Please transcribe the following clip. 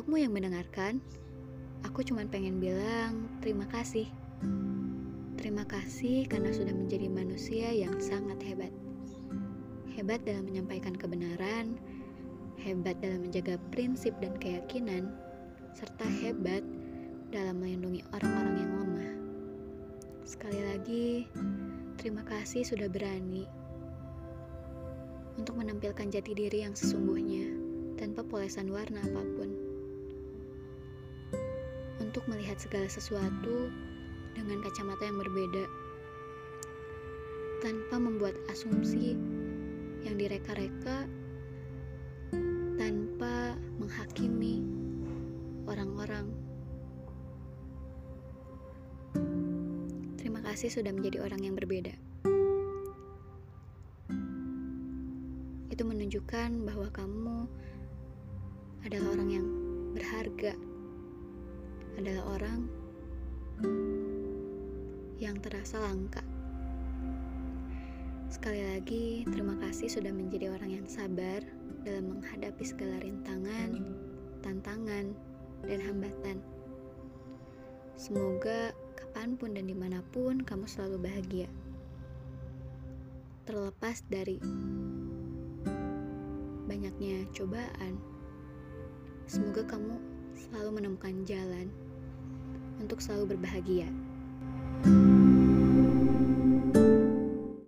Untukmu yang mendengarkan, aku cuma pengen bilang terima kasih. Terima kasih karena sudah menjadi manusia yang sangat hebat. Hebat dalam menyampaikan kebenaran, hebat dalam menjaga prinsip dan keyakinan, serta hebat dalam melindungi orang-orang yang lemah. Sekali lagi, terima kasih sudah berani untuk menampilkan jati diri yang sesungguhnya tanpa polesan warna apapun. Untuk melihat segala sesuatu dengan kacamata yang berbeda, tanpa membuat asumsi yang direka-reka, tanpa menghakimi orang-orang. Terima kasih sudah menjadi orang yang berbeda. Itu menunjukkan bahwa kamu adalah orang yang berharga, adalah orang yang terasa langka. Sekali lagi, terima kasih sudah menjadi orang yang sabar dalam menghadapi segala rintangan, tantangan, dan hambatan. Semoga kapanpun dan dimanapun kamu selalu bahagia. Terlepas dari banyaknya cobaan, semoga kamu selalu menemukan jalan untuk selalu berbahagia.